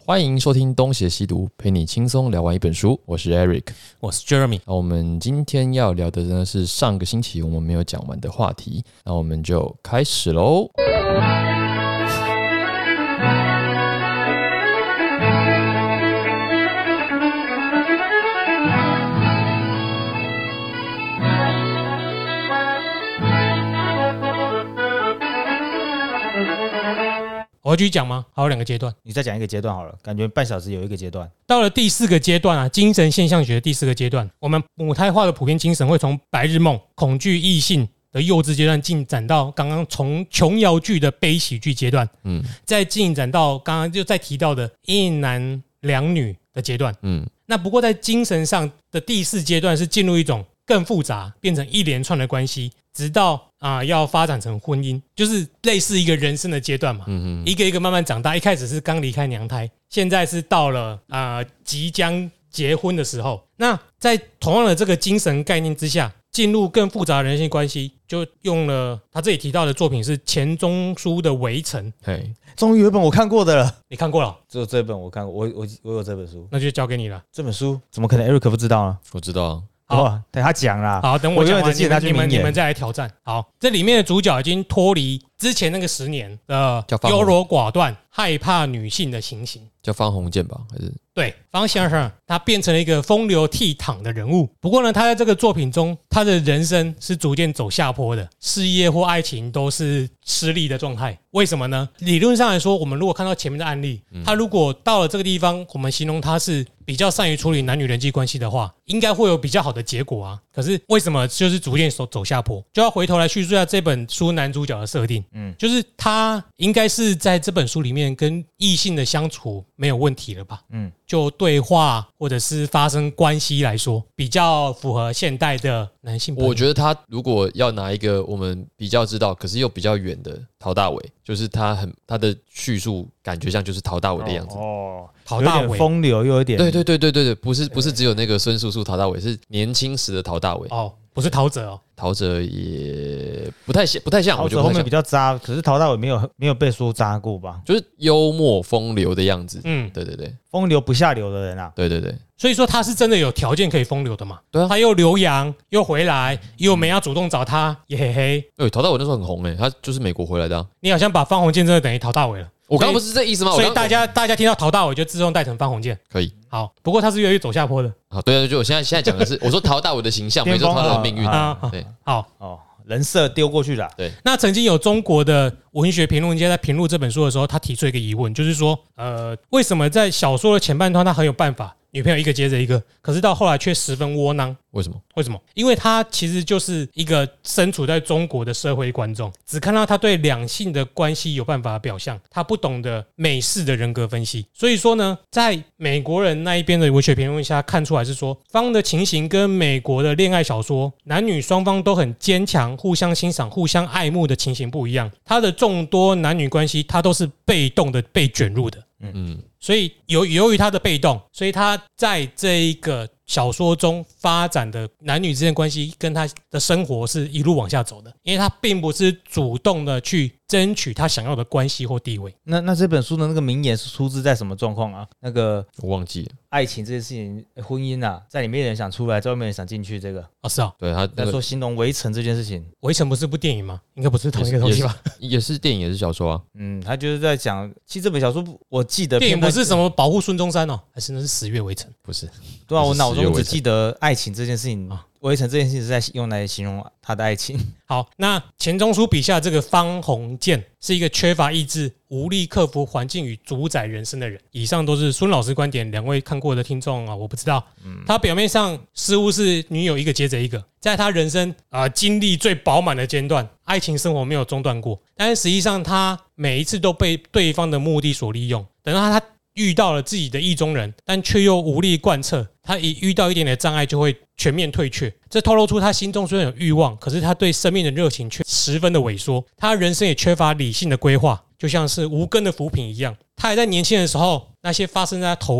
欢迎收听东邪西毒，陪你轻松聊完一本书。我是 Eric， 我是 Jeremy。 那我们今天要聊的呢是上个星期我们没有讲完的话题，那我们就开始喽。 我要继续讲吗？还有2个阶段， 你再讲一个阶段好了，感觉半小时有一个阶段。 到了第4个阶段啊，精神现象学的第4个阶段，我们母胎化的普遍精神会从白日梦、恐惧异性的幼稚阶段进展到刚刚从琼瑶剧的悲喜剧阶段，再进展到刚刚就再提到的一男两女的阶段，那不过在精神上的第4阶段是进入一种更复杂，变成一连串的关系，直到要发展成婚姻，就是类似一个人生的阶段嘛，一个一个慢慢长大。一开始是刚离开娘胎，现在是到了即将结婚的时候。那在同样的这个精神概念之下，进入更复杂的人性关系，就用了他这里提到的作品是钱钟书的《围城》。 终于有一本我看过的了， 你看过了？ 只有这本我看过，我有这本书， 那就交给你了。 这本书怎么可能 Eric 不知道呢？ 我知道啊。 好，等他讲啦。 好，等我讲完，你们再来挑战。好，这里面的主角已经脱离之前那个10年的优柔寡断、害怕女性的情形。 叫方鸿渐吧？还是对方先生，他变成了一个风流倜傥的人物。不过呢，他在这个作品中，他的人生是逐渐走下坡的，事业或爱情都是失利的状态。为什么呢？理论上来说，我们如果看到前面的案例，他如果到了这个地方，我们形容他是比较善于处理男女人际关系的话，应该会有比较好的结果啊。可是为什么就是逐渐走下坡？就要回头来叙述一下这本书男主角的设定。就是他应该是在这本书里面跟异性的相处没有问题了吧？就对话或者是发生关系来说，比较符合现代的男性。 我觉得他如果要拿一个我们比较知道，可是又比较远的陶大伟，就是他的叙述感觉像就是陶大伟的样子。 陶大伟有点风流，又有点对，不是只有那个孙叔叔陶大伟，是年轻时的陶大伟。 不是陶喆哦， 陶喆也不太像，我觉得后面比较渣，可是陶大伟没有被说渣过吧？ 就是幽默风流的样子。对， 风流不下流的人啊。 对， 所以说他是真的有条件可以风流的嘛？ 对啊， 他又留洋又回来，又没要主动找他，也嘿嘿。 陶大伟那时候很红他就是美国回来的。你好像把方鸿渐真的等于陶大伟了。 我刚刚不是这意思吗？ 所以大家听到陶大伟就自动带成方鸿渐。 可以。 好，不过他是越来越走下坡的。 好，对，就我现在讲的是，我说陶大伟的形象，没说他的命运。对， 好， 人设丢过去了。 对。 那曾经有中国的文学评论家在评论这本书的时候，他提出一个疑问，就是说，为什么在小说的前半段他很有办法，女朋友一个接着一个，可是到后来却十分窝囊？为什么？因为他其实就是一个身处在中国的社会观众，只看到他对两性的关系有办法的表象，他不懂得美式的人格分析。所以说呢，在美国人那一边的文学评论下看出来是说，方的情形跟美国的恋爱小说男女双方都很坚强、互相欣赏、互相爱慕的情形不一样。他的众多男女关系，他都是被动的被卷入的。所以由于他的被动，所以他在这一个小说中发展的男女之间关系跟他的生活是一路往下走的，因为他并不是主动的去争取他想要的关系或地位。 那这本书的那个名言是出自在什么状况啊？那个我忘记了。 爱情这件事情，婚姻啊，在里面人想出来，在外面人想进去，这个是啊。 对，他在说形容围城这件事情。 围城不是部电影吗？应该不是同一个东西吧？ 也是电影，也是小说啊。 他就是在讲，其实这本小说我记得电影不是什么保护孙中山哦，还是那是10月围城？ 不是。 对啊，我脑中只记得爱情这件事情。围城这件事情是在用来形容他的爱情。 好，那钱钟书笔下这个方鸿渐是一个缺乏意志、无力克服环境与主宰人生的人。以上都是孙老师观点，2位看过的听众我不知道。他表面上似乎是女友一个接着一个，在他人生经历最饱满的阶段，爱情生活没有中断过。但是实际上，他每一次都被对方的目的所利用。等到他遇到了自己的意中人，但却又无力贯彻，他一遇到一点点障碍就会全面退却。这透露出他心中虽然有欲望，可是他对生命的热情却十分的萎缩。他人生也缺乏理性的规划，就像是无根的浮萍一样。他还在年轻的时候，那些发生在他头上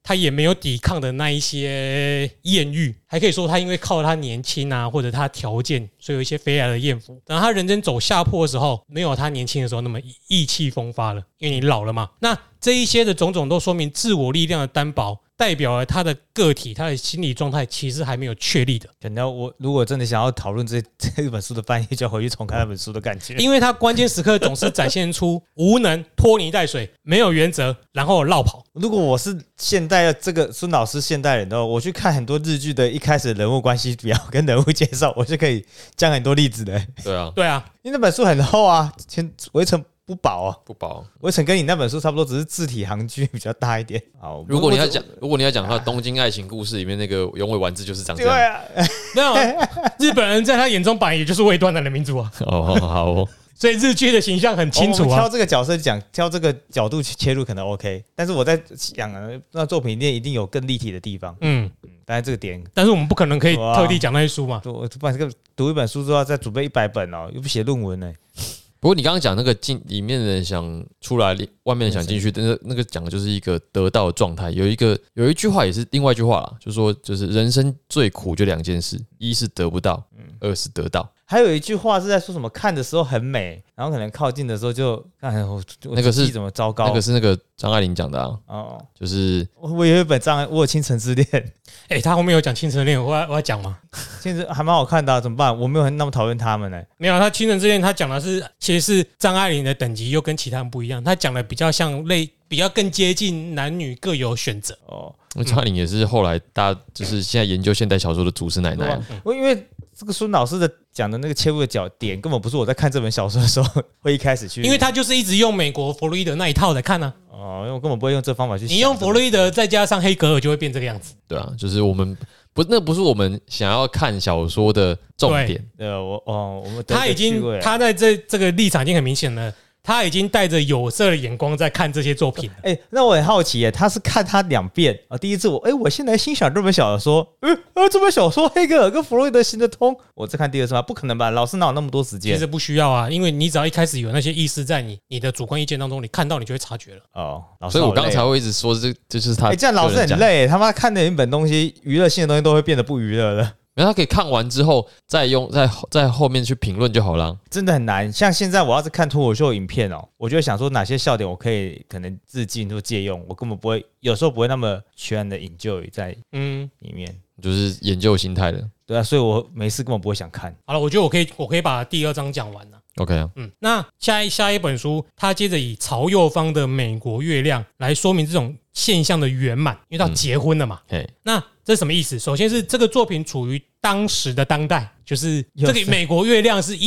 他也没有抵抗的那一些艳遇，还可以说他因为靠他年轻啊，或者他条件，所以有一些飞来的艳福。等他人生走下坡的时候，没有他年轻的时候那么意气风发了，因为你老了嘛。那这一些的种种都说明自我力量的单薄，代表了他的个体，他的心理状态其实还没有确立的。 可能我如果真的想要讨论这本书的翻译，就要回去重看那本书的感觉。 因为他关键时刻总是展现出无能、拖泥带水、没有原则，然后落跑。 如果我是现代这个孙老师现代人的话，我去看很多日剧的一开始的人物关系表跟人物介绍，我就可以讲很多例子的。 对啊， 对啊， 因为那本书很厚啊，围城不薄啊， 不薄。 围城跟你那本书差不多，只是字体行距比较大一点。好， 如果你要讲他《东京爱情故事》里面那个永尾丸子就是长这样。 对啊， 没有日本人在他眼中本来也就是未断奶的民族啊。 哦，好哦。 所以日剧的形象很清楚啊。 挑这个角色讲，挑这个角度切入可能 OK， 但是我在想那作品里面一定有更立体的地方。当然这个点， 但是我们不可能可以特地讲那些书嘛。 我不然这个读一本书之后再准备100本哦，又不写论文呢。 不过你刚刚讲那个里面的人想出来，外面的人想进去，那个讲的就是一个得到的状态。有一句话也是另外一句话啦，就是说就是人生最苦就2件事，一是得不到，2是得到。 还有一句话是在说什么看的时候很美，然后可能靠近的时候就那个是怎么糟糕？ 那个是那个张爱玲讲的啊。哦，就是我有一本我有《倾城之恋》。 他后面有讲《倾城之恋》，我要讲吗？ 其实还蛮好看的啊，怎么办？我没有那么讨厌他们呢。 没有，他《倾城之恋》他讲的是其实是张爱玲的等级又跟其他人不一样，他讲的比较像比较更接近男女各有选择。 哦， 张爱玲也是后来大家就是现在研究现代小说的祖师奶奶。 因为这个孙老师的讲的那个切入的点，根本不是我在看这本小说的时候会一开始去， 因为他就是一直用美国弗洛伊德那一套来看呢。 哦，因为我根本不会用这方法去想。 你用弗洛伊德再加上黑格尔，就会变这个样子。 对啊，就是我们那不是我们想要看小说的重点。 我们他在这个立场已经很明显了。他已经带着有色的眼光在看这些作品了。 那我很好奇耶，他是看他2遍啊。第一次我先来欣赏这本小说，这本小说黑格尔跟弗洛伊德行得通，我再看第2次吗？不可能吧，老师哪有那么多时间？ 其实不需要啊，因为你只要一开始有那些意识在你的主观意见当中，你看到你就会察觉了。 哦， 所以我刚才会一直说这就是他。 这样老师很累，他妈看那一本东西，娱乐性的东西都会变得不娱乐了。 然后他可以看完之后在后面去评论就好了。 真的很难。像现在我要是看脱口秀影片我就会想说哪些笑点我可能致敬或借用，我根本不会，有时候不会那么全然的enjoy在里面， 就是研究心态的。 对啊，所以我没事根本不会想看。 好了，我觉得我可以把第2章讲完了。 OK 啊， 那下一本书，他接着以曹幼芳的《美国月亮》来说明这种现象的圆满，因为他结婚了嘛。那这是什么意思？首先是这个作品处于当时的当代，就是这个《美国月亮》是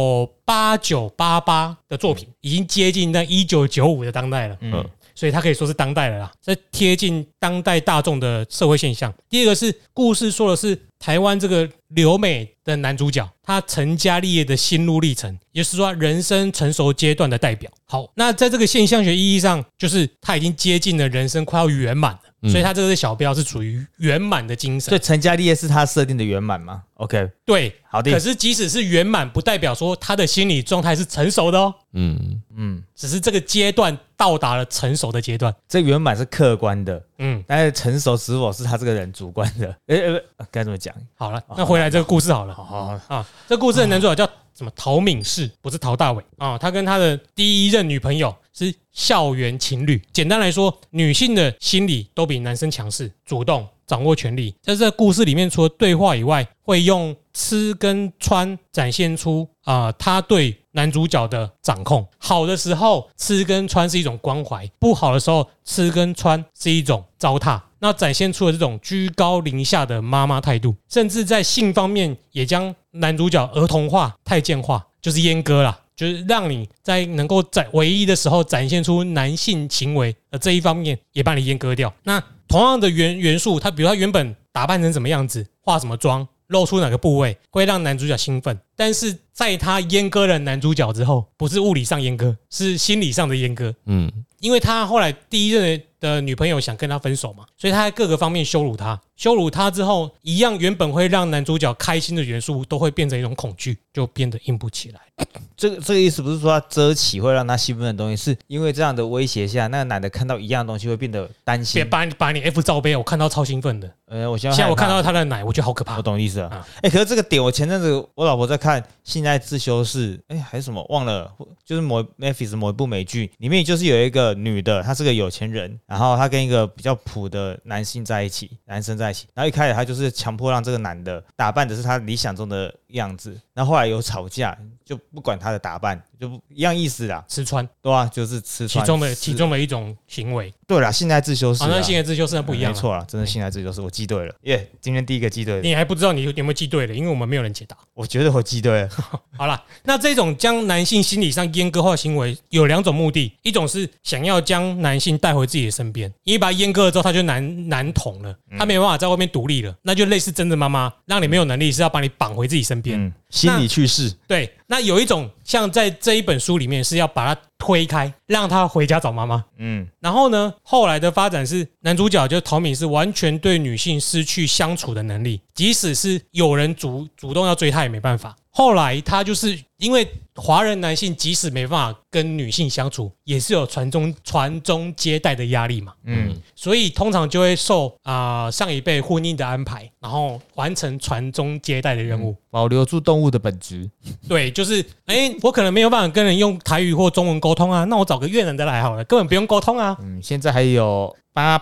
1989-88的作品，已经接近那1995的当代了。所以它可以说是当代了啦，这贴近当代大众的社会现象。第二个是故事说的是台湾这个留美的男主角，他成家立业的心路历程，也就是说人生成熟阶段的代表。好，那在这个现象学意义上，就是他已经接近了人生快要圆满了。所以他这个小标是处于圆满的精神。 所以成家立业是他设定的圆满吗 ？OK， 对， 好的。 可是即使是圆满，不代表说他的心理状态是成熟的哦。只是这个阶段到达了成熟的阶段。 这圆满是客观的，但是成熟是否是他这个人主观的？该怎么讲？ 好了，那回来这个故事好了。这故事的男主角叫什么？陶敏氏，不是陶大伟啊。他跟他的第1任女朋友是校园情侣。简单来说，女性的心理都比男生强势、主动、掌握权力。在这个故事里面，除了对话以外，会用吃跟穿展现出他对男主角的掌控。好的时候，吃跟穿是一种关怀；不好的时候，吃跟穿是一种糟蹋。那展现出了这种居高临下的妈妈态度，甚至在性方面也将男主角儿童化、太监化，就是阉割啦。就是让你在能够在唯一的时候展现出男性行为的这一方面，也把你阉割掉。那同样的元素，他比如他原本打扮成什么样子，化什么妆，露出哪个部位，会让男主角兴奋。但是在他阉割了男主角之后，不是物理上阉割，是心理上的阉割。因为他后来第1任的女朋友想跟他分手嘛，所以他在各个方面羞辱他， 羞辱他之后，一样原本会让男主角开心的元素，都会变成一种恐惧，就变得硬不起来。 这个意思不是说他遮起会让他兴奋的东西，是因为这样的威胁下，那个男的看到一样东西会变得担心。 别把你 F 罩杯，我看到超兴奋的。现在我看到他的奶，我觉得好可怕。 我懂意思了。可是这个点，我前阵子我老婆在看《性爱自修室》，还是什么忘了，就是Netflix 某一部美剧，里面就是有一个女的，她是个有钱人，然后她跟一个比较普的男生在一起，然后一开始她就是强迫让这个男的打扮的是他理想中的样子，然后后来有吵架，就不管他的打扮，就一样意思啦， 吃穿， 对啊，就是吃穿， 其中的一种行为。 对啦，性爱自修室， 那性爱自修室不一样， 没错啦，真的性爱自修室，我记对了，今天第一个记对了， 你还不知道你有没有记对了，因为我们没有人解答。 我觉得我记对了。 好啦，那这种将男性心理上阉割化行为有2种目的，一种是想要将男性带回自己的身边，因为把他阉割了之后，他就男童了，他没办法在外面独立了，那就类似真的妈妈，让你没有能力是要把你绑回自己身边， 心理去世。 对，那有一种像在这一本书里面是要把他推开，让他回家找妈妈。然后呢，后来的发展是男主角就陶敏是完全对女性失去相处的能力，即使是有人主动要追他也没办法。后来他就是因为华人男性即使没办法跟女性相处，也是有传宗接代的压力嘛，所以通常就会受上一辈婚姻的安排，然后完成传宗接代的任务， 保留住动物的本质。 对，就是我可能没有办法跟人用台语或中文沟通啊，那我找个越南的来好了，根本不用沟通啊。 现在还有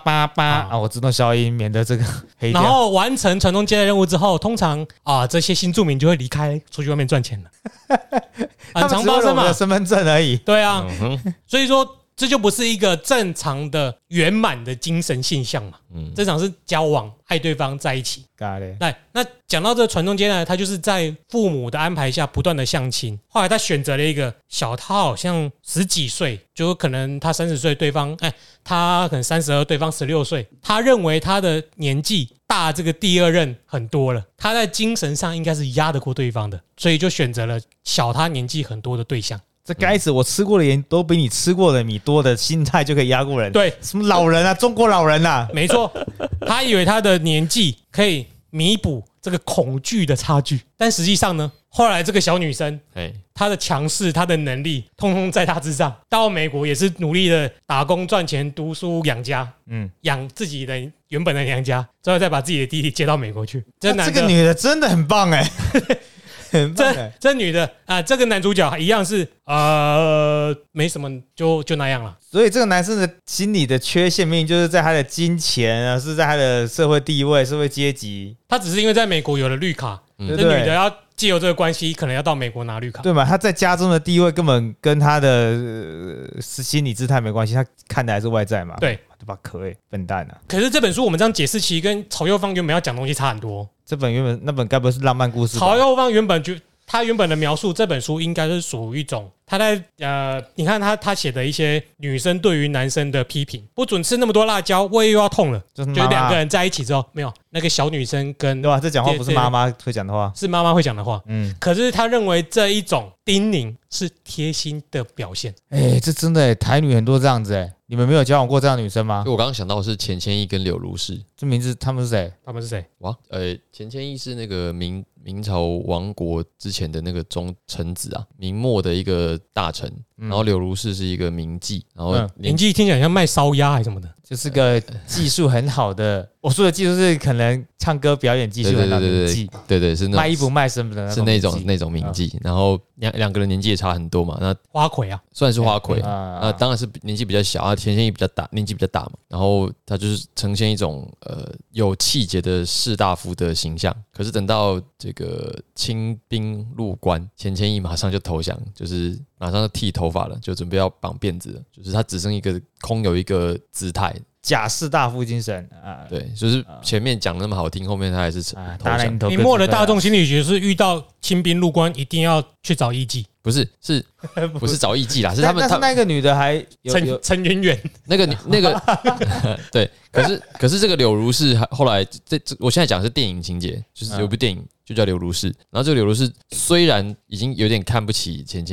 888我自动消音，免得这个黑掉。 然后完成传宗接代任务之后，通常这些新住民就会离开，出去外面赚钱了。很常发生嘛， 身份证而已。 对啊，所以说这就不是一个正常的圆满的精神现象嘛。这场是交往，爱对方在一起。那讲到这个传宗接代，他就是在父母的安排下不断的相亲，后来他选择了一个小他好像10几岁，就可能他30岁，对方他可能32，对方16岁，他认为他的年纪大这个第二任很多了，他在精神上应该是压得过对方的，所以就选择了小他年纪很多的对象。 这该死，我吃过的盐都比你吃过的米多的心态就可以压过人。 对， 什么老人啊，中国老人啊， 没错，他以为他的年纪可以弥补这个恐惧的差距，但实际上呢，后来这个小女生，她的强势，她的能力，通通在她之上。到美国也是努力的打工赚钱、读书养家，养自己的原本的娘家，之后再把自己的弟弟接到美国去。 这个女的真的很棒这女的这个男主角一样是没什么，就那样了。 所以这个男生的心理的缺陷，明明就是在他的金钱啊，是在他的社会地位、社会阶级。 他只是因为在美国有了绿卡，这女的要藉由这个关系，可能要到美国拿绿卡， 对嘛？他在家中的地位根本跟他的心理姿态没关系，他看的还是外在嘛。 对， 对吧？笨蛋啊！ 可是这本书我们这样解释，其实跟曹幼芳原本要讲的东西差很多。 这本那本该不是浪漫故事吧？ 曹幼芳他原本的描述，这本书应该是属于一种他在你看他写的一些女生对于男生的批评，不准吃那么多辣椒，胃又要痛了。就是2个人在一起之后，没有那个小女生跟对吧？这讲话不是妈妈会讲的话， 是妈妈会讲的话。可是他认为这一种叮咛是贴心的表现。 这真的台女很多这样子你们没有交往过这样的女生吗？ 我刚刚想到的是钱谦益跟柳如是， 这名字他们是谁？ 哇，钱谦益是那个明朝亡国之前的那个臣子啊，明末的一个大臣。然后柳如是是一个名妓，然后名妓听起来像卖烧鸭还是什么的， 就是个技术很好的。我说的技术是可能唱歌表演技术很好的名妓， 对，是那卖衣不卖身的， 是那种名妓。然后两个人年纪也差很多嘛，那花魁啊， 算是花魁当然是年纪比较小钱谦益比较大，年纪比较大嘛。然后他就是呈现一种有气节的士大夫的形象。可是等到这个清兵入关，钱谦益马上就投降，就是马上就剃头发了，就准备要绑辫子了，就是他只剩一个空有一个姿态， 假士大夫精神对，就是前面讲那么好听，后面他还是投降。 明末的大众心理学是遇到清兵入关一定要去找艺妓， 不是找艺妓啦，是他们。 但是那个女的还有陈圆圆， 那个对，可是这个柳如是后来我现在讲的是电影情节，就是有部电影就叫柳如是，然后这个柳如是虽然已经有点看不起钱谦益，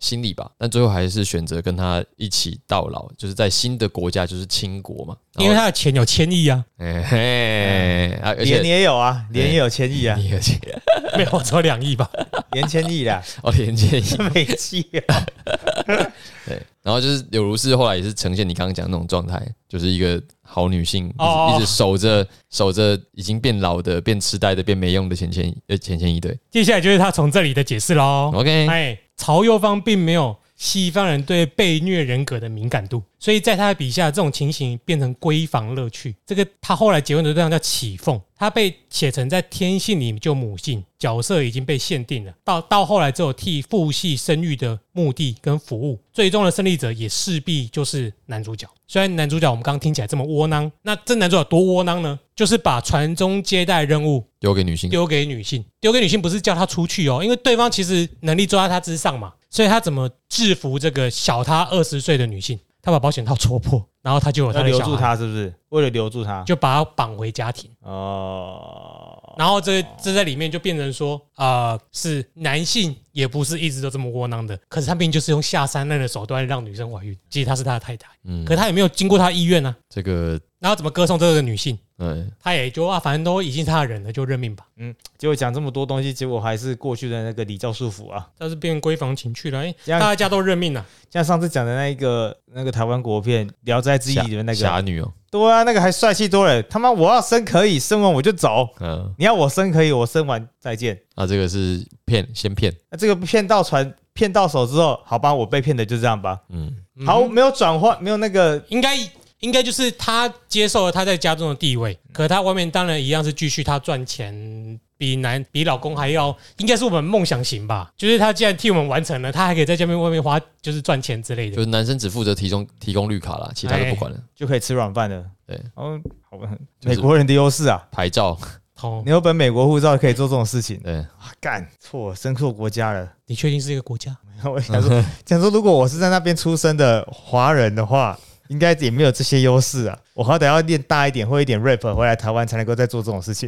心理吧，但最后还是选择跟他一起到老，就是在新的国家，就是清国嘛。 因为他的钱有1000亿啊， 而且连也有啊，连也有1000亿啊， 你而且没有，只有2亿吧。 连1000亿啦， 连建议美金啊。 对，然后就是柳如是后来也是呈现你刚刚讲的那种状态，就是一个好女性，一直守着已经变老的、变痴呆的、变没用的钱钱一对。 接下来就是他从这里的解释喽。 OK， 曹幼芳并没有西方人对被虐人格的敏感度，所以在他的笔下，这种情形变成闺房乐趣。这个他后来结婚的对象叫启凤，他被写成在天性里就母性角色已经被限定了，到后来只有替父系生育的目的跟服务，最终的胜利者也势必就是男主角。虽然男主角我们刚刚听起来这么窝囊，那这男主角多窝囊呢？就是把传宗接代任务丢给女性， 不是叫他出去哦，因为对方其实能力抓在他之上嘛，所以他怎么制服这个小他20岁的女性？他把保险套戳破，然后他就有他的小孩， 留住他是不是？为了留住他， 就把他绑回家庭哦。 然后这在里面就变成说，是男性也不是一直都这么窝囊的，可是他明明就是用下三滥的手段让女生怀孕，其实他是他的太太，可是他也没有经过他意愿啊。 这个， 然后怎么歌颂这个女性？他也就反正都已经是他的人了，就认命吧。 结果讲这么多东西，结果还是过去的那个礼教束缚啊， 但是变闺房情趣了，大家都认命了。 像上次讲的那个台湾国片《聊斋志异》里面那个侠女哦， 对啊，那个还帅气多了。他妈，我要生可以，生完我就走。你要我生可以，我生完再见。 这个是先骗。 那这个骗到手之后，好吧，我被骗的就这样吧。好，没有转换，没有那个， 应该就是他接受了他在家中的地位，可是他外面当然一样是继续他赚钱，比老公还要，应该是我们梦想型吧。就是他既然替我们完成了，他还可以在外面花，就是赚钱之类的。 就是男生只负责提供绿卡啦，其他都不管了， 就可以吃软饭了。 对， 好吧，美国人的优势啊， 牌照， 你有本美国护照可以做这种事情。 对， 干错，生错国家了。 你确定是一个国家？ 我想说，如果我是在那边出生的华人的话。应该也没有这些优势啊！我好歹要练大一点，会一点 rap， 回来台湾才能够再做这种事情。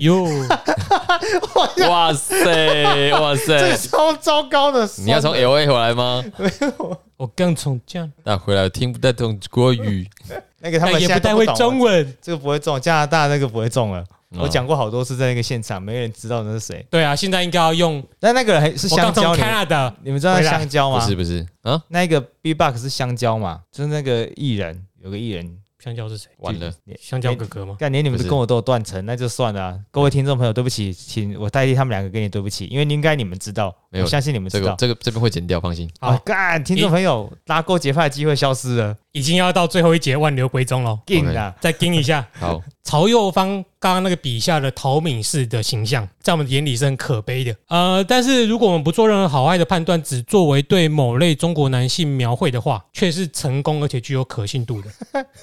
哇塞， 这个超糟糕的。 你要从 LA 回来吗？ 我刚从这样， 那回来听不太懂国语， 那个他们也不太会中文， 这个不会中，加拿大那个不会中了。我讲过好多次，在那个现场，没人知道那是谁。 对啊，现在应该要用， 但那个人还是香蕉。你们知道香蕉吗？ 不是啊， 那个 B-Box 是香蕉嘛？就是那个艺人。有个艺人， 香蕉是谁？ 完了， 香蕉哥哥吗？ 干连你们跟我都有断层，那就算了啊。各位听众朋友，对不起，请我代替他们2个跟你对不起，因为应该你们知道，我相信你们知道。 这边会剪掉，放心。 好，干听众朋友拉钩结派的机会消失了， 已经要到最后一节万流归宗了，再盯一下。 好， 曹幼芳刚刚那个笔下的陶敏氏的形象，在我们眼里是很可悲的。但是如果我们不做任何好坏的判断，只作为对某类中国男性描绘的话，却是成功而且具有可信度的。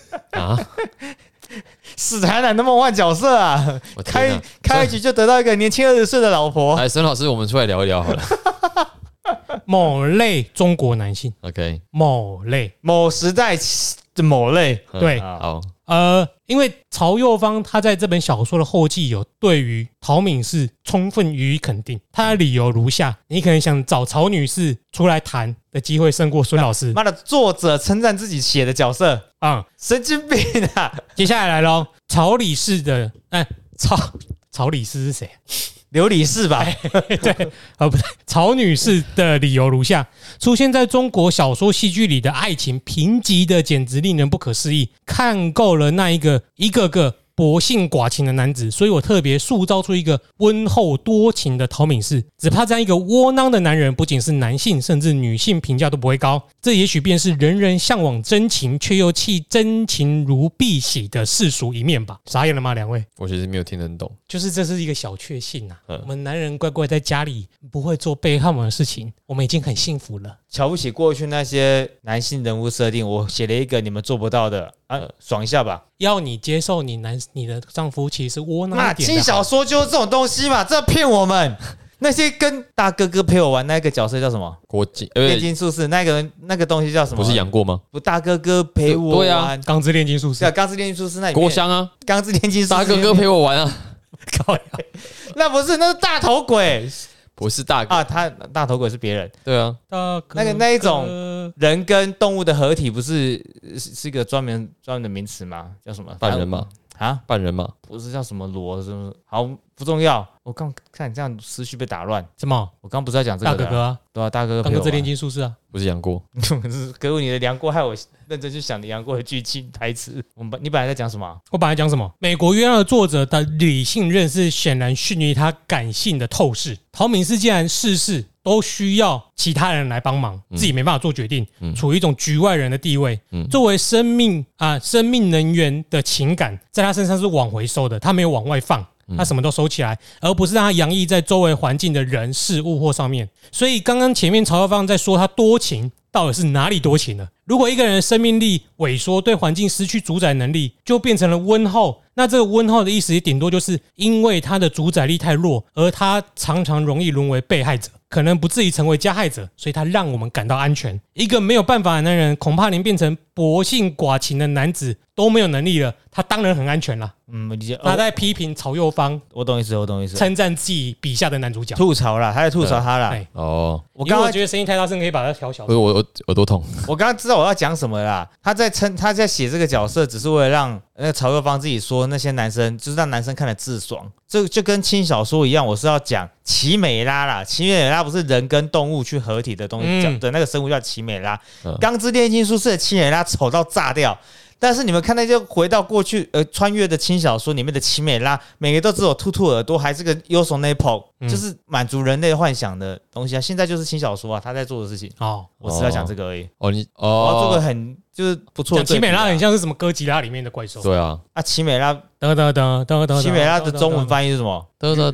史台南的梦幻角色啊！开一局就得到一个年轻20岁的老婆。 沈老师，我们出来聊一聊好了。 某类中国男性 ，OK， 某时代的某类， 对， 好。 因为曹幼芳他在这本小说的后记有对于陶敏氏充分予以肯定，他的理由如下：你可能想找曹女士出来谈的机会胜过孙老师。 妈的，作者称赞自己写的角色神经病啊！ 接下来咯，曹李氏的，曹李氏是谁？ 刘李氏吧？ 对，不对。曹女士的理由如下：出现在中国小说戏剧里的爱情贫瘠的简直令人不可思议，看够了那一个个薄幸寡情的男子，所以我特别塑造出一个温厚多情的陶敏氏。只怕这样一个窝囊的男人，不仅是男性，甚至女性评价都不会高。这也许便是人人向往真情，却又弃真情如敝屣的世俗一面吧。傻眼了吗，2位？ 我其实没有听得很懂， 就是这是一个小确幸啊。我们男人乖乖在家里，不会做背叛我们的事情，我们已经很幸福了。 瞧不起过去那些男性人物设定，我写了一个你们做不到的爽一下吧。 要你接受你的丈夫其实是窝囊一点的。 轻小说就是这种东西嘛，这骗我们。那些跟大哥哥陪我玩那个角色叫什么？炼金术士那个东西叫什么？ 不是杨过吗？ 不，大哥哥陪我玩。对啊， 钢之炼金术士。 对，钢之炼金术士那里面郭襄啊， 钢之炼金术士。 大哥哥陪我玩啊， 那不是，那是大头鬼。 不是大哥啊，他大头鬼是别人。 对啊， 那一种人跟动物的合体，不是一个专门的名词吗？叫什么？ 半人嘛？ 啊， 半人嘛？ 不是叫什么罗什么？好，不重要。我刚看你这样思绪被打乱。 什么？ 我刚不是在讲这个大哥哥啊？ 对啊，大哥哥刚哥这炼金术士啊？ 不是杨过？ 是哥你的杨过，害我认真去想杨过的剧情台词。你本来在讲什么？ 我本来讲什么？美国约翰的作者的理性认识显然逊于他感性的透视。陶敏斯既然事事都需要其他人来帮忙，自己没办法做决定，处于一种局外人的地位。作为生命能源的情感，在他身上是往回收的，他没有往外放。他什么都收起来，而不是让他洋溢在周围环境的人事物或上面。所以刚刚前面曹耀芳在说他多情，到底是哪里多情了？如果一个人的生命力萎缩，对环境失去主宰能力，就变成了温厚。那这个温厚的意思也顶多就是因为他的主宰力太弱，而他常常容易沦为被害者，可能不至于成为加害者，所以他让我们感到安全。一个没有办法的男人，恐怕连变成薄性寡情的男子都没有能力了，他当然很安全了。 理解。 他在批评曹佑芳， 我懂意思， 称赞自己笔下的男主角， 吐槽啦，他在吐槽他啦。 哦， 我觉得声音太大声，可以把它调小。 不是我耳朵痛。 我刚刚知道我要讲什么啦。他在写这个角色，只是为了让曹佑芳自己说那些男生，就是让男生看得自爽。这就跟轻小说一样，我是要讲奇美拉啦。奇美拉不是人跟动物去合体的东西，的那个生物叫奇美拉。钢之炼金术士的奇美拉丑到炸掉。但是你们看那些回到过去穿越的轻小说里面的奇美拉，每个都只有兔兔耳朵，还是个优手 nipple，就是满足人类幻想的东西啊。现在就是轻小说啊，他在做的事情。我只要讲这个而已。我要做个很就是不错的。 奇美拉很像是什么哥吉拉里面的怪兽。 对啊。 奇美拉奇美拉的中文翻译是什么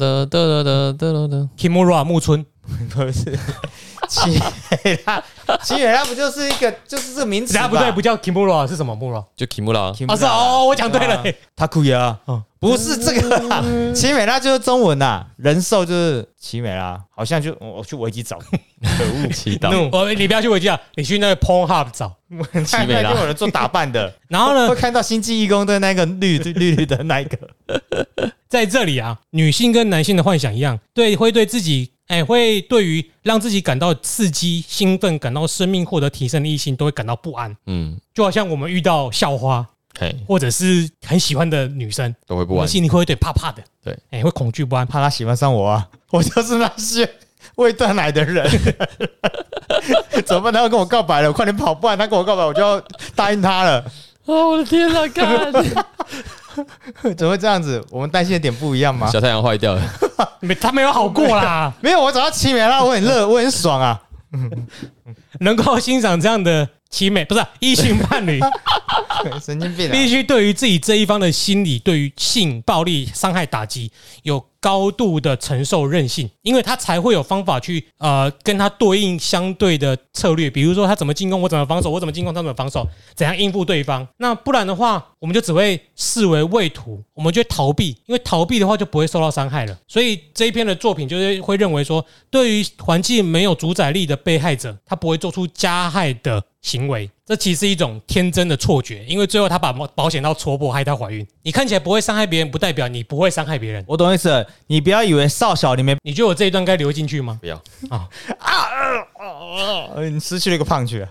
？Kimura 木村。 不是。奇美拉不就是一个就是这个名词吧？ 不对，不叫 Kimura 是什么 Mura？ 就 Kimura。 我讲对了。 Takuya。不是这个啦，奇美拉就是中文啦，人兽就是奇美拉，好像就我去维基找，可恶， 祈祷。 你不要去维基啊，你去那个 Pornhub 找奇美拉，有人做打扮的， 然后呢， 会看到星际义工的那个绿的那一个。 在这里啊，女性跟男性的幻想一样，会对自己，会对于让自己感到刺激、兴奋、感到生命获得提升的异性，都会感到不安。就好像我们遇到校花。或者是很喜欢的女生， 都会不安， 心里会有点怕怕的，对，会恐惧不安， 怕她喜欢上我啊！我就是那些未断奶的人，怎么办？他要跟我告白了，我快点跑，不然他跟我告白，我就要答应他了。 我的天啊！干， 怎么会这样子？我们担心的点不一样吗？ 小太阳坏掉了， 他没有好过啦。 没有，我找到奇美拉，我很热，我很爽啊！ 能够欣赏这样的奇美，不是异性伴侣。 神经病！ 必须对于自己这一方的心理，对于性暴力伤害打击有高度的承受韧性，因为他才会有方法去跟他对应相对的策略，比如说他怎么进攻，我怎么防守，我怎么进攻，他怎么防守，怎样应付对方。那不然的话，我们就只会视为畏途，我们就会逃避，因为逃避的话就不会受到伤害了。所以这一篇的作品就是会认为说，对于环境没有主宰力的被害者，他不会做出加害的行为，这其实是一种天真的错觉，因为最后他把保险套戳破，害她怀孕。你看起来不会伤害别人，不代表你不会伤害别人。 我懂意思，你不要以为少小你没， 你觉得我这一段该留进去吗？ 不要你失去了一个胖曲。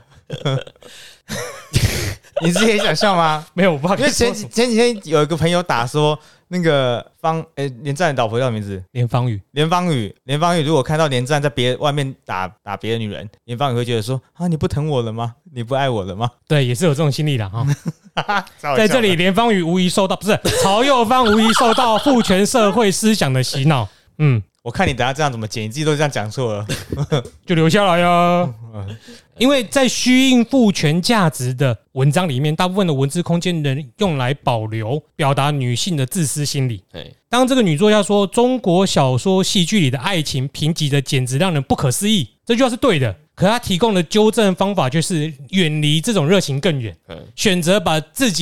你自己也想笑吗？ 没有，我不怕。 因为前几天有一个朋友打说，那个连战的老婆叫什么名字？ 连芳宇。 连芳宇如果看到连战在外面打别的女人，连芳宇会觉得说啊，你不疼我了吗？你不爱我了吗？ 对，也是有这种心理的哈。在这里，连芳宇无疑受到，不是曹佑芳无疑受到父权社会思想的洗脑。 我看你等下这样怎么剪，你自己都这样讲错了， 就留下来呀。因为在虚应父权价值的文章里面，大部分的文字空间能用来保留表达女性的自私心理。当这个女作家说中国小说戏剧里的爱情贫瘠的简直让人不可思议，这句话是对的。可他提供的纠正方法就是远离这种热情更远，选择把自己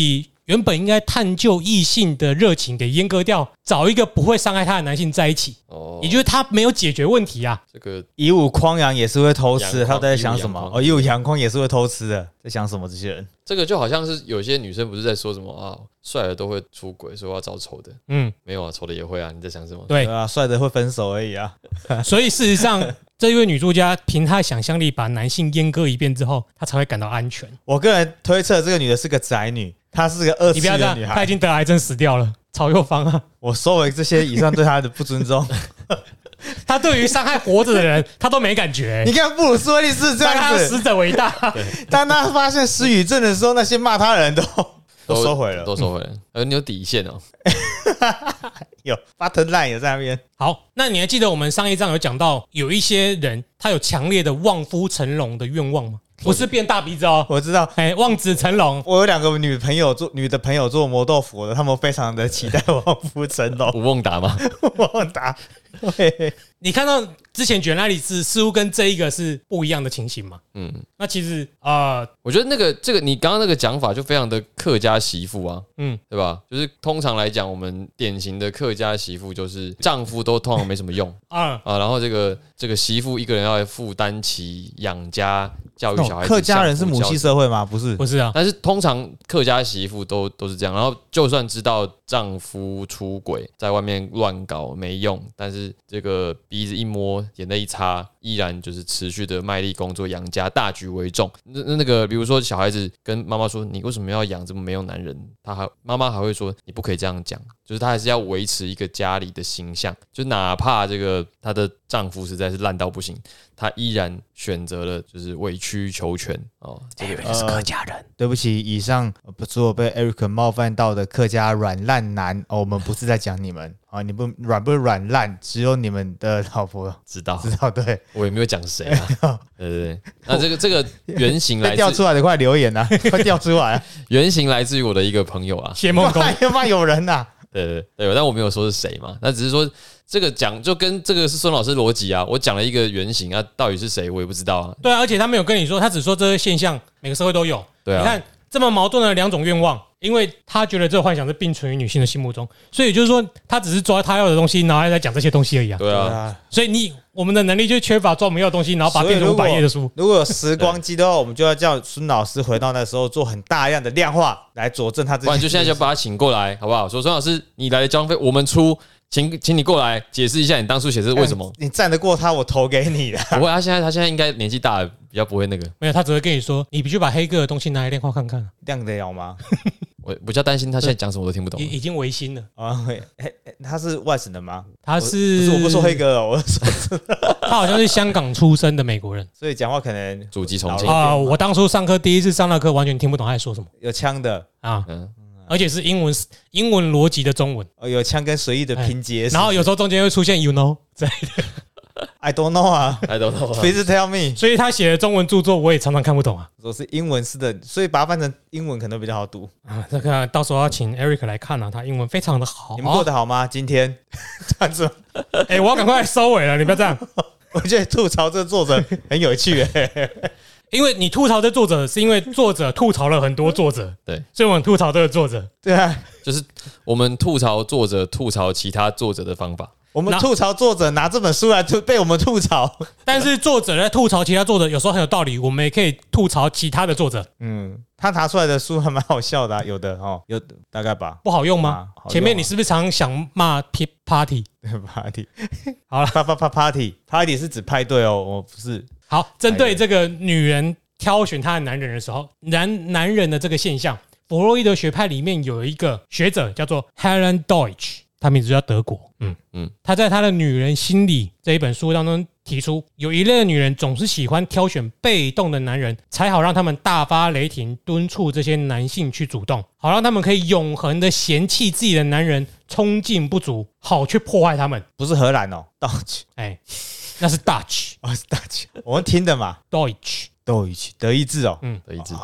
原本应该探究异性的热情给阉割掉，找一个不会伤害他的男性在一起。也就是他没有解决问题啊。 这个以武匡阳也是会偷吃的，他在想什么？以武阳匡也是会偷吃的，在想什么？这些人， 这个就好像是有些女生不是在说什么啊，帅的都会出轨，所以我要找丑的。没有啊，丑的也会啊。你在想什么？ 对啊，帅的会分手而已啊。 所以事实上，这一位女作家凭她的想象力把男性阉割一遍之后，她才会感到安全。 我个人推测，这个女的是个宅女，她是个2次元的女孩。 她已经得癌症死掉了。曹幼芳啊， 我收回这些以上对她的不尊重。 他对于伤害活着的人，他都没感觉。 你看布鲁斯威利斯这样子， 死者为大。 当他发现失语症的时候，那些骂他的人都收回了， 都收回了。你有底线哦。 有 button line 有在那边。 好，那你还记得我们上一章有讲到，有一些人他有强烈的望夫成龙的愿望吗？不是变大鼻子哦， 我知道， 望子成龙。 我有2个女的朋友做磨豆腐的，他们非常的期待望夫成龙。 吴孟达吗？ 吴孟达。 你看到之前卷那里似乎跟这一个是不一样的情形嘛？那其实我觉得这个你刚刚那个讲法就非常的客家媳妇啊，对吧？就是通常来讲，我们典型的客家媳妇就是丈夫都通常没什么用然后这个媳妇一个人要负担起养家、教育小孩子。 客家人是母系社会吗？不是啊。 但是通常客家媳妇都是这样，然后就算知道丈夫出轨，在外面乱搞没用，但是这个鼻子一摸，眼泪一擦，依然就是持续的卖力工作养家，大局为重。那个比如说小孩子跟妈妈说：“你为什么要养这么没用男人？”妈妈还会说：“你不可以这样讲。”就是她还是要维持一个家里的形象，就哪怕这个她的丈夫实在是烂到不行，她依然选择了就是委曲求全哦。这个是客家人， 对不起，以上所有被 Eric 冒犯到的客家软烂男我们不是在讲你们啊，你不软烂，只有你们的老婆知道，对， 我也没有讲谁啊，对。那这个原型来自调出来的快留言啊，快调出来啊！ 原型来自于我的一个朋友啊， 谢梦工， 他妈有人呐！ 对，但我没有说是谁嘛，那只是说这个讲就跟这个是孙老师逻辑啊，我讲了一个原型啊，到底是谁我也不知道啊。 对啊，而且他没有跟你说，他只说这个现象每个社会都有。 对啊， 你看这么矛盾的2种愿望，因为他觉得这个幻想是并存于女性的心目中，所以就是说他只是抓他要的东西，然后还在讲这些东西而已啊。 对啊， 所以我们的能力就缺乏抓我们要的东西，然后把它变成500页的书。 如果有时光机的话，我们就要叫孙老师回到那时候做很大量的量化来佐证他这。 不然就现在就把他请过来，好不好？说孙老师，你来的交通费我们出。请你过来解释一下你当初写是为什么？ 你站得过他，我投给你的。 不会，他现在应该年纪大了，比较不会那个。 没有，他只会跟你说，你必须把黑哥的东西拿来量化看看。 量得了吗？ 我比较担心他现在讲什么我都听不懂。 已经违心了啊！他是外省人吗？ 他是我不说黑哥，我说他好像是香港出生的美国人， 所以讲话可能祖籍重庆啊。我当初上课第一次上那课，完全听不懂他在说什么， 有腔的啊。而且是英文逻辑的中文， 有腔跟随意的拼接， 然后有时候中间会出现 you know 之类的 ，I don't know 啊 ，I don't know， please tell me。 所以他写的中文著作我也常常看不懂啊。 我是英文式的，所以把它翻成英文可能比较好读啊。这个到时候要请 Eric 来看啊，他英文非常的好。 你们过得好吗？今天这样子， 我要赶快收尾了，你不要这样。 我觉得吐槽这个作者很有趣因为你吐槽这作者，是因为作者吐槽了很多作者， 对， 所以我们吐槽这个作者， 对啊， 就是我们吐槽作者吐槽其他作者的方法。 我们吐槽作者拿这本书来被我们吐槽， 但是作者在吐槽其他作者有时候很有道理，我们也可以吐槽其他的作者。 他拿出来的书还蛮好笑的有的有大概吧。 不好用吗？前面你是不是常想骂 party？ party 好了 ，party 是指派对哦，我不是。 好，针对这个女人挑选她的男人的时候，男人的这个现象，弗洛伊德学派里面有一个学者叫做 Helen Deutsch， 他名字就叫德国。他在他的《女人心理》这一本书当中提出，有一类的女人总是喜欢挑选被动的男人，才好让他们大发雷霆，敦促这些男性去主动，好让他们可以永恒的嫌弃自己的男人冲劲不足，好去破坏他们。 不是荷兰哦 ，Dutch， 那是 Dutch， 是 Dutch， 我们听的嘛 ，Deutsch， 德意志哦， 德意志啊。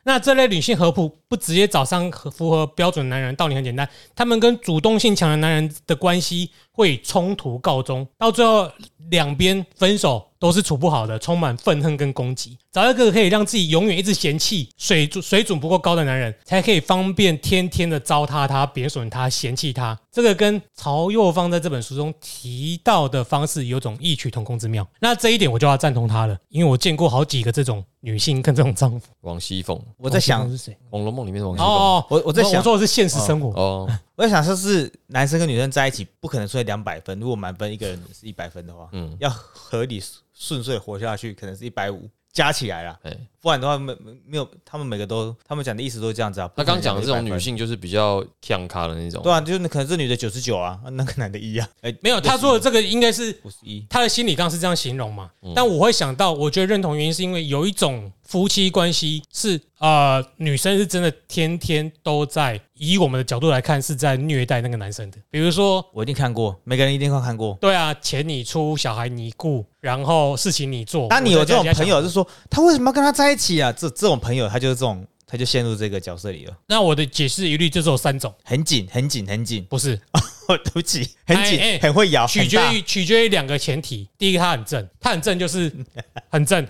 那这类女性合谱不直接找上符合标准的男人，道理很简单，他们跟主动性强的男人的关系会以冲突告终，到最后两边分手都是处不好的，充满愤恨跟攻击。找一个可以让自己永远一直嫌弃、水准不够高的男人，才可以方便天天的糟蹋他、贬损他、嫌弃他。这个跟曹佑芳在这本书中提到的方式有种异曲同工之妙。那这一点我就要赞同他了，因为我见过好几个这种女性跟这种丈夫。 王熙凤， 我在想是谁？ 《红楼梦》里面的王熙凤。 哦， 我在想， 我说的是现实生活。 哦， 我在想，是男生跟女生在一起不可能出现200分，如果满分一个人是100分的话，要合理顺遂活下去，可能是150加起来啦。不然的话没有，他们每个都，他们讲的意思都是这样子啊。 他刚讲的这种女性就是比较强咖的那种。 对啊，就是可能这女的99啊，那个男的1啊。 没有，他说的这个应该是 51， 他的心理刚是这样形容嘛。但我会想到，我觉得认同原因是因为有一种夫妻关系是女生是真的天天都在，以我们的角度来看是在虐待那个男生的。比如说， 我一定看过，每个人一定会看过。 对啊，钱你出，小孩你顾，然后事情你做。 当你有这种朋友，就说他为什么要跟他在一起啊？这种朋友，他就是这种，他就陷入这个角色里了。 那我的解释一律就只有3种， 很紧，很紧，很紧。 不是， 对不起，很紧，很会摇， 取决于2个前提。第一个，他很正，就是很正。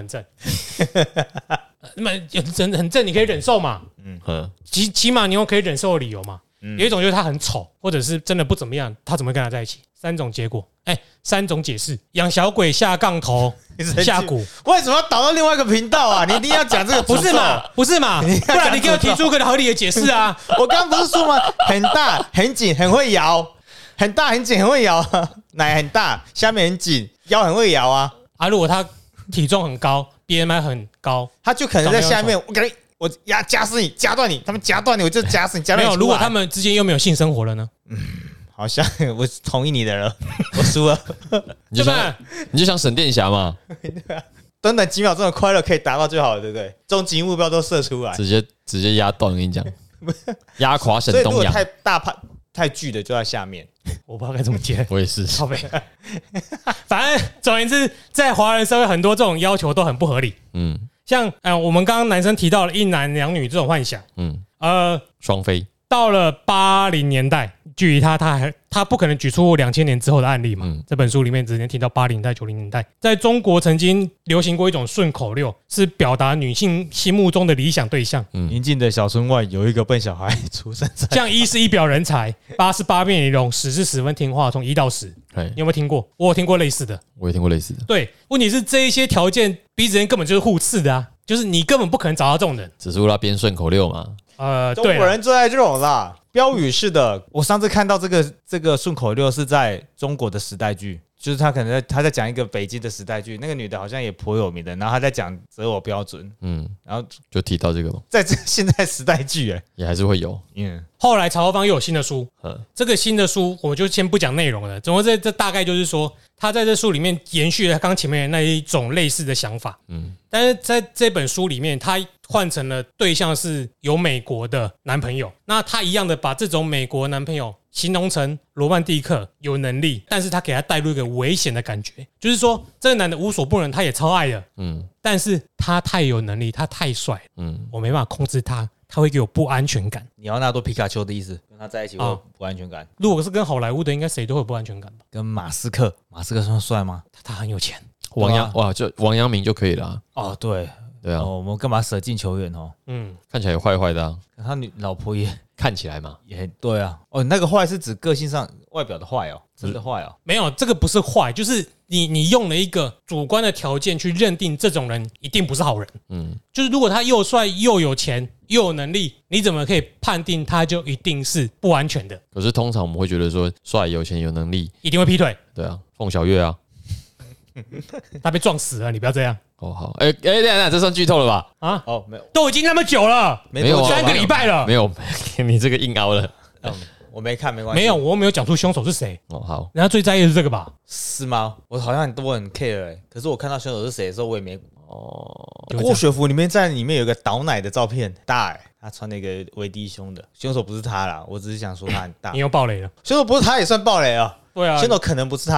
那么很正，你可以忍受嘛？起码你有可以忍受的理由嘛。有一种就是他很丑，或者是真的不怎么样，他怎么会跟他在一起？3种结果，3种解释：养小鬼、下杠头、下蛊。 为什么要导到另外一个频道啊？你一定要讲这个， 不是嘛？不然你给我提出个合理的解释啊！ 我刚刚不是说吗？很大、很紧、很会摇，很大、很紧、很会摇，奶很大，下面很紧，腰很会摇啊！ 如果他体重很高 ，BMI 很高， 他就可能在下面，我夹死你，夹断你，他们夹断你，我就夹死你，夹断你。 没有，如果他们之间又没有性生活了呢？ 好像我同意你的了，我输了。 你就想省电侠嘛？ 短短几秒钟的快乐可以达到最好的，对不对？终极目标都射出来， 直接压断。我跟你讲，压垮沈东阳。 所以如果太巨的就在下面， 我不知道该怎么接。 我也是。 反正总而言之，在华人社会很多这种要求都很不合理。像我们刚刚男生提到了1男2女这种幻想， 双飞。 到了80年代，距离他不可能举出2000年之后的案例嘛。这本书里面只能提到80年代、90年代，在中国曾经流行过一种顺口溜，是表达女性心目中的理想对象。 宁静的小村外有一个笨小孩出生在， 像1是一表人才，8是8面玲珑，10是10分听话，从1到10。你有没有听过？我有听过类似的。 我也听过类似的。 对，问题是这一些条件彼此间根本就是互斥的啊，就是你根本不可能找到这种人。 只是为了编顺口溜嘛。 中国人最爱这种啦，标语式的。我上次看到这个顺口溜是在中国的时代剧，就是他可能他在讲一个北京的时代剧，那个女的好像也颇有名的，然后他在讲择偶标准，然后就提到这个嘛， 在这现在时代剧， 也还是会有， 后来曹芳又有新的书，这个新的书我们就先不讲内容了，总之这大概就是说，他在这书里面延续了他刚前面的那一种类似的想法，但是在这本书里面，他换成了对象是有美国的男朋友，那他一样的把这种美国男朋友形容成罗曼蒂克有能力，但是他给他带入一个危险的感觉，就是说这个男的无所不能，他也超爱的，但是他太有能力，他太帅，我没办法控制他，他会给我不安全感。 你要纳多皮卡丘的意思，跟他在一起会有不安全感。 如果是跟好莱坞的，应该谁都会有不安全感吧？ 跟马斯克算帅吗？ 他很有钱， 就王阳明就可以了。 哦，对啊， 我们干嘛舍近求远哦？ 看起来也坏坏的啊。 他老婆也看起来嘛， 也对啊。哦，那个坏是指个性上外表的坏哦，真的坏哦？ 没有，这个不是坏，就是你用了一个主观的条件去认定这种人一定不是好人。就是如果他又帅又有钱又有能力，你怎么可以判定他就一定是不安全的？ 可是通常我们会觉得说，帅、有钱、有能力， 一定会劈腿。 对啊，凤小岳啊， 他被撞死了，你不要这样。 哦，好，等一下，这算剧透了吧？ 啊， 没有， 都已经那么久了， 没有 3个礼拜了， 没有，你这个硬凹了。 我没看，没关系。 没有，我没有讲出凶手是谁。 哦，好， 人家最在意的是这个吧？ 是吗？我好像很多人 care 可是我看到凶手是谁的时候，我也没。郭雪芙里面有一个倒奶的照片，大他穿那个微低胸的，凶手不是他啦，我只是想说他很大。 你又爆雷了， 凶手不是他也算爆雷啊？ 对啊， 凶手可能不是他啦。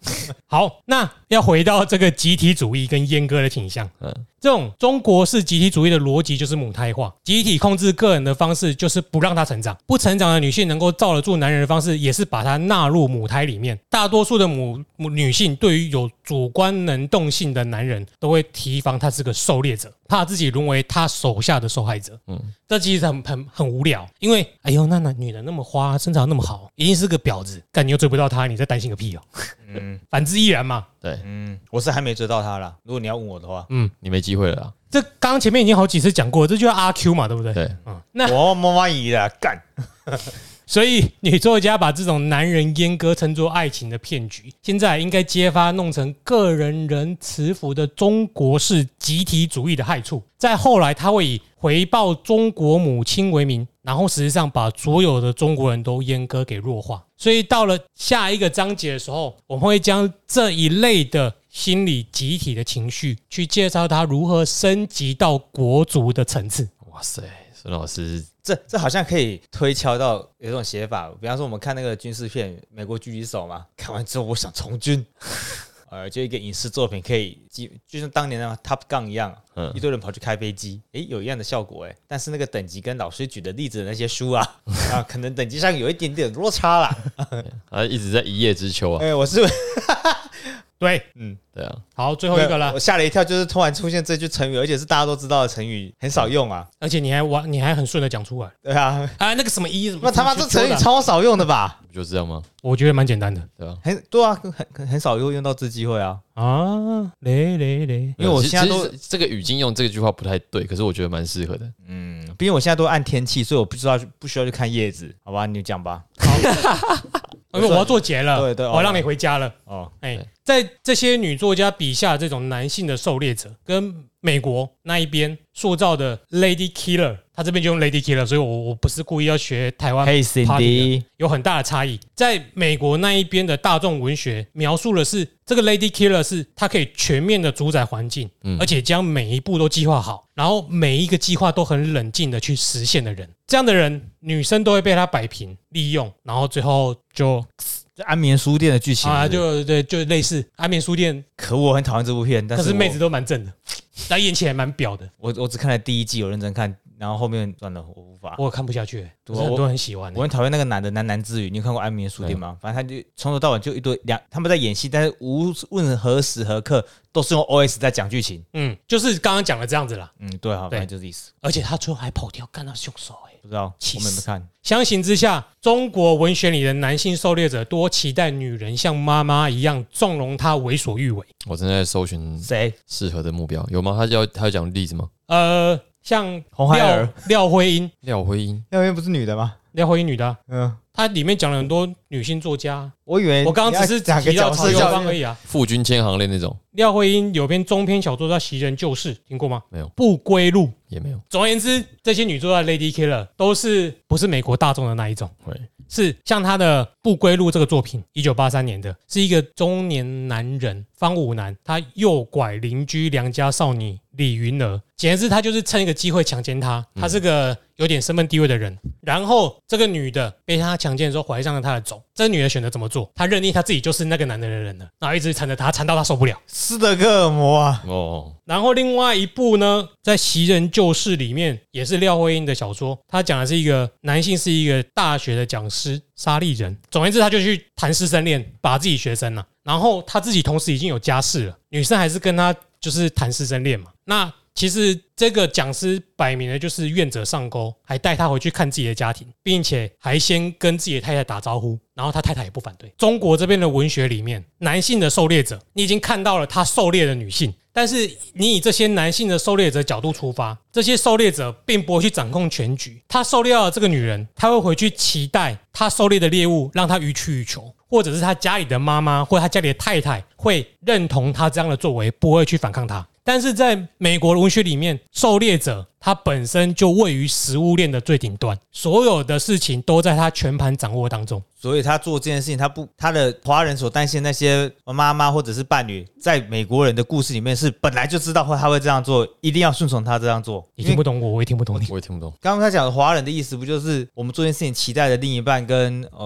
好，那要回到这个集体主义跟阉割的倾向。这种中国式集体主义的逻辑就是母胎化，集体控制个人的方式就是不让他成长，不成长的女性能够罩得住男人的方式也是把她纳入母胎里面。大多数的女性对于有主观能动性的男人都会提防他是个狩猎者，怕自己沦为他手下的受害者。这其实很无聊，因为哎呦那女人那么花，身材那么好，一定是个婊子，干你又追不到她，你在担心个屁哦。反之亦然嘛。 对， 我是还没追到他啦。如果你要问我的话， 你没机会了啦。 这刚刚前面已经好几次讲过，这就叫阿 Q 嘛，对不对？ 对， 那我妈妈姨啦，干。 所以女作家把这种男人阉割称作爱情的骗局，现在应该揭发弄成个人仁慈服的中国式集体主义的害处。再后来，他会以回报中国母亲为名，然后实际上把所有的中国人都阉割给弱化。所以到了下一个章节的时候，我们会将这一类的心理集体的情绪去介绍它如何升级到国族的层次。 哇塞，孙老师。 这好像可以推敲到有一种写法，比方说我们看那个军事片《美国狙击手》嘛，看完之后我想从军，就一个影视作品可以，就像当年的 Top Gun 一样，一堆人跑去开飞机，有一样的效果但是那个等级跟老师举的例子的那些书啊，可能等级上有一点点落差啦。 一直在一叶知秋啊。 我是对， 对啊。 好，最后一个了。 我吓了一跳，就是突然出现这句成语，而且是大家都知道的成语，很少用啊。 而且你还很顺的讲出来。 对啊， 那个什么什么， 那他妈这成语超少用的吧？ 不就这样吗？ 我觉得蛮简单的。 对啊， 对啊，很少用到这机会啊。 嘞， 因为我现在都这个语境用这句话不太对，可是我觉得蛮适合的。 毕竟我现在都按天气，所以我不需要去看叶子，好吧？你讲吧。 因为我要做结了， 对， 我要让你回家了。在这些女作家笔下，这种男性的狩猎者跟美国那一边塑造的 Lady Killer， 他这边就用 Lady Killer， 所以我不是故意要学台湾 Party 的，有很大的差异。在美国那一边的大众文学描述的是这个 Lady Killer 是他可以全面的主宰环境，而且将每一步都计划好，然后每一个计划都很冷静的去实现的人。这样的人，女生都会被他摆平利用，然后最后就安眠书店的剧情啊，就类似安眠书店。 可我很讨厌这部片，但是妹子都蛮正的，但演起来蛮婊的。 我只看了第一季，有认真看，然后后面算了，我无法， 我看不下去。可是很多人很喜欢。 我很讨厌那个男男之语，你有看过安眠书店吗？反正他就从头到尾就一堆他们在演戏，但是无论何时何刻都是用 OS 在讲剧情。 就是刚刚讲的这样子啦。 对啊，反正就是意思。 而且他最后还跑掉干到凶手。 不知道，我们没看。 相形之下，中国文学里的男性狩猎者多期待女人像妈妈一样纵容他为所欲为。 我正在搜寻谁适合的目标，有吗？他要讲例子吗？ 像红孩儿廖辉英不是女的吗？ 廖辉英女的，它里面讲了很多女性作家。 我以为我刚刚只是提到曹幼芳而已啊。 傅君千行恋那种。 廖辉英有篇中篇小说叫《袭人旧事》，听过吗？ 没有。 不归路也没有。 总而言之，这些女作家 Lady Killer 不是美国大众的那一种。是像他的《不归路》这个作品，1983年的，是一个中年男人方武南，他诱拐邻居良家少女李云儿，简言之，他就是趁一个机会强奸她。他是个有点身份地位的人，然后这个女的被他强奸的时候怀上了他的种，这个女的选择怎么做？她认定她自己就是那个男的人了，然后一直缠着他，缠到他受不了。 斯德哥尔摩啊！ 然后另外一部呢，在《袭人旧事》里面也是廖辉英的小说，他讲的是一个男性是一个大学的讲师沙利人，总而言之，他就去谈师生恋，把自己学生了，然后他自己同时已经有家室了，女生还是跟他就是谈师生恋嘛。那其实这个讲师摆明了就是愿者上钩，还带他回去看自己的家庭，并且还先跟自己的太太打招呼，然后他太太也不反对。中国这边的文学里面，男性的狩猎者，你已经看到了他狩猎的女性，但是你以这些男性的狩猎者角度出发，这些狩猎者并不会去掌控全局。他狩猎到的这个女人，他会回去期待他狩猎的猎物让他予取予求，或者是他家里的妈妈或他家里的太太会认同他这样的作为，不会去反抗他。但是在美国的文学里面，狩猎者他本身就位于食物链的最顶端，所有的事情都在他全盘掌握当中。 所以他做这件事情，他的华人所担心的那些妈妈或者是伴侣，在美国人的故事里面是本来就知道他会这样做，一定要顺从他这样做。 你听不懂我也听不懂你。 我也听不懂。 刚刚他讲的华人的意思，不就是我们做件事情期待的另一半跟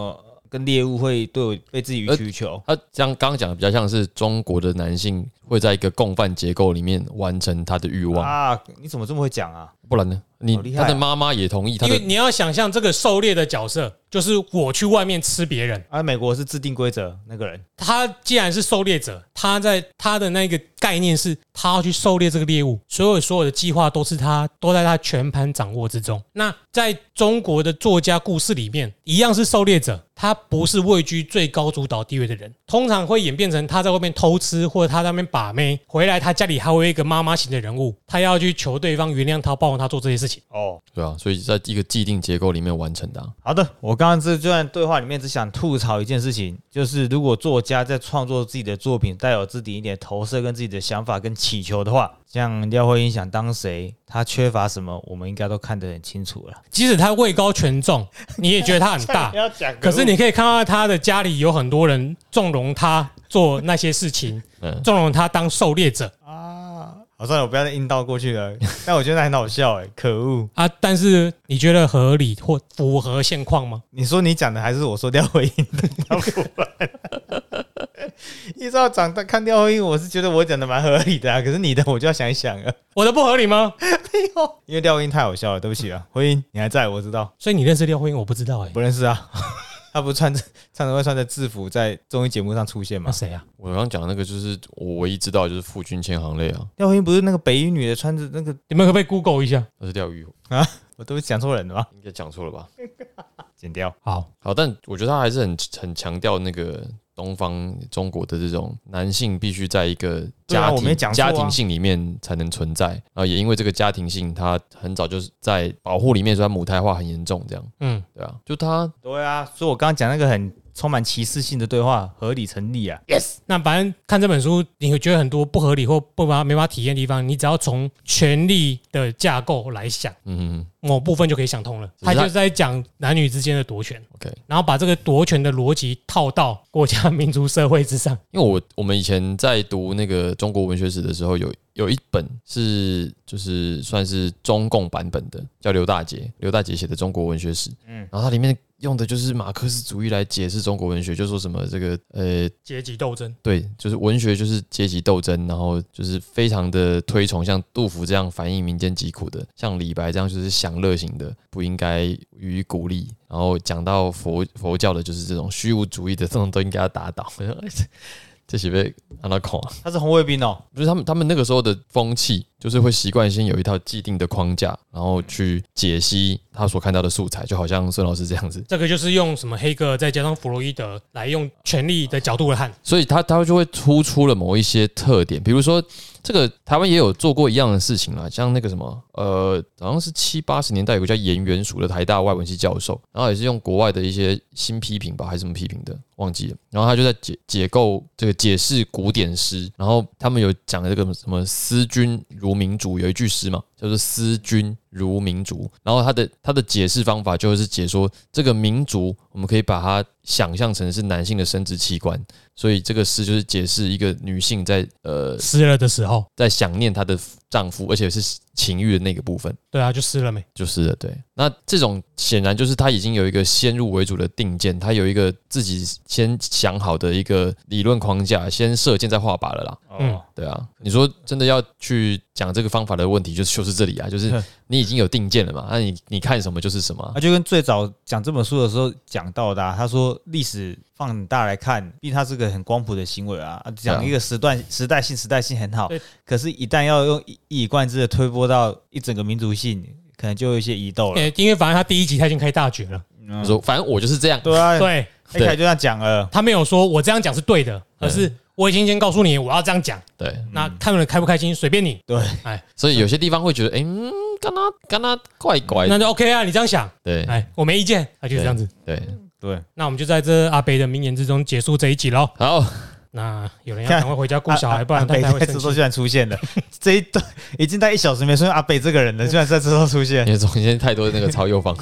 跟猎物会被自己予取予求。 他刚刚讲的比较像是中国的男性会在一个共犯结构里面完成他的欲望啊！你怎么这么会讲啊？ 不然呢？他的妈妈也同意， 因为你要想象这个狩猎的角色，就是我去外面吃别人。 美国是制定规则那个人， 他既然是狩猎者，他在他的那个概念是，他要去狩猎这个猎物，所有的计划都在他全盘掌握之中。那在中国的作家故事里面，一样是狩猎者，他不是位居最高主导地位的人，通常会演变成他在外面偷吃，或者他在外面把妹，回来他家里还会有一个妈妈型的人物，他要去求对方原谅他，包容他做这些事情。 对啊，所以在一个既定结构里面完成的。 好的，我刚刚这段对话里面只想吐槽一件事情，就是如果作家在创作自己的作品带有自己一点投射跟自己的想法跟祈求的话，像廖慧英想当谁，他缺乏什么，我们应该都看得很清楚了。 即使他位高权重，你也觉得他很大，可是你可以看到他的家里有很多人纵容他做那些事情，纵容他当狩猎者啊。好，算了，我不要再阴道过去了。但我觉得很好笑可恶啊！但是你觉得合理或符合现况吗？ 你说你讲的还是我说廖慧英的？依照长大看廖慧英，我是觉得我讲的蛮合理的可是你的我就要想一想了。 我的不合理吗？ 没有，因为廖慧英太好笑了，对不起啊，慧英你还在，我知道。 所以你认识廖慧英？我不知道不认识啊。他不是常常会穿着制服在综艺节目上出现吗？ 那谁啊？ 我刚刚讲的那个就是我唯一知道的就是傅君千行类啊。 廖慧英不是那个北一女的穿着那个？ 你们可不可以 Google 一下？ 那是廖玉啊？我都讲错人了吗？ 应该讲错了吧？ 剪掉。 好， 但我觉得他还是很强调那个东方中国的这种男性必须在一个家庭性里面才能存在，然后也因为这个家庭性，他很早就是在保护里面，所以他母胎化很严重，这样。对啊， 对啊，所以我刚刚讲那个很充满歧视性的对话合理成立啊 ，yes。那反正看这本书，你会觉得很多不合理或没办法体验的地方，你只要从权力的架构来想，某部分就可以想通了。他就是在讲男女之间的夺权 ，OK， 然后把这个夺权的逻辑套到国家民族社会之上。 因为我们以前在读那个中国文学史的时候，有一本是就是算是中共版本的，叫刘大杰写的《中国文学史》，然后它里面用的就是马克思主义来解释中国文学，就说什么这个阶级斗争， 对，就是文学就是阶级斗争，然后就是非常的推崇像杜甫这样反映民间疾苦的，像李白这样就是享乐型的，不应该予以鼓励。然后讲到佛教的，就是这种虚无主义的，这种都应该要打倒。这是被让他看， 他是红卫兵哦， 就是他们那个时候的风气，就是会习惯性有一套既定的框架，然后去解析他所看到的素材，就好像孙老师这样子。 这个就是用什么黑格尔再加上弗洛伊德来用权力的角度来看， 所以他就会突出了某一些特点，比如说这个台湾也有做过一样的事情啦，像那个什么好像是70、80年代有个叫严元曙的台大外文系教授，然后也是用国外的一些新批评吧，还是什么批评的忘记了，然后他就在解构这个解释古典诗，然后他们有讲这个什么思君如明烛，有一句诗嘛，叫做思君如明烛，然后他的解释方法就是解说这个明烛，我们可以把它想象成是男性的生殖器官，所以这个诗就是解释一个女性在湿了的时候， 在想念她的丈夫，而且是情欲的那个部分。 对啊，就湿了没？ 就湿了，对。那这种显然就是他已经有一个先入为主的定见，他有一个自己先想好的一个理论框架，先射箭再画靶了啦。对啊，你说真的要去讲这个方法的问题，就是这里啊，就是你已经有定见了嘛，那你看什么就是什么。 就跟最早讲这本书的时候讲到的他说历史放很大来看，毕竟它是个很光谱的行为讲一个时代性很好，可是一旦要用一以贯之的推播到一整个民族性，可能就有一些疑窦了。 因为反正他第一集他已经开大决了， 说反正我就是这样。 对啊， 对， 一开始就这样讲了， 他没有说我这样讲是对的，而是我已经先告诉你我要这样讲。 对， 那看人开不开心随便你。 对， 所以有些地方会觉得，干他怪怪的， 那就 OK 啊，你这样想， 对， 我没意见，就是这样子。 对， 那我们就在这阿北的名言之中结束这一集喽。 好。 那有人要赶快回家顾小孩，不然太太会生气。 这时候居然出现了，这一段已经在1小时没出现阿北这个人了，居然在这时候出现， 因为中间太多那个超右方。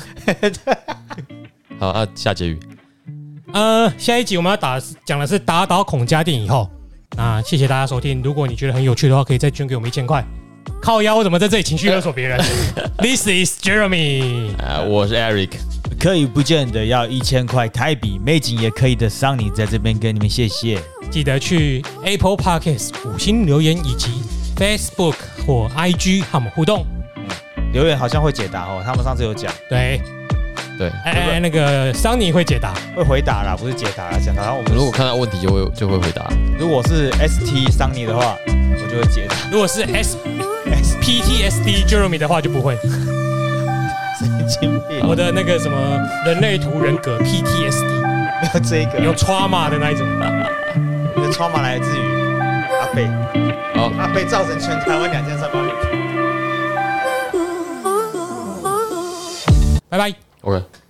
好下结语。 下一集我们要讲的是打倒孔家店以后。那谢谢大家收听，如果你觉得很有趣的话，可以再捐给我们1000块。靠腰，我怎么在这里情绪勒索别人？This is Jeremy， 我是 Eric。 可以不见得要1000块台币，美金也可以的。桑尼在这边跟你们谢谢， 记得去 Apple Podcast 5星留言以及 Facebook 或 IG 和我们互动。 留言好像会解答哦，他们上次有讲。 对。 对， 那个桑尼会解答， 会回答啦，不是解答啦，讲答。我们如果看到问题就会回答。 如果是 ST 桑尼的话，我就会解答。 如果是 PTSD Jeremy 的话就不会。 神经病！ 我的那个什么人类图人格 PTSD 没有这个， 有 trauma 的那一种。 你的 trauma 来自于阿贝， 好， 阿贝造成全台湾2300人。 拜拜。 OK。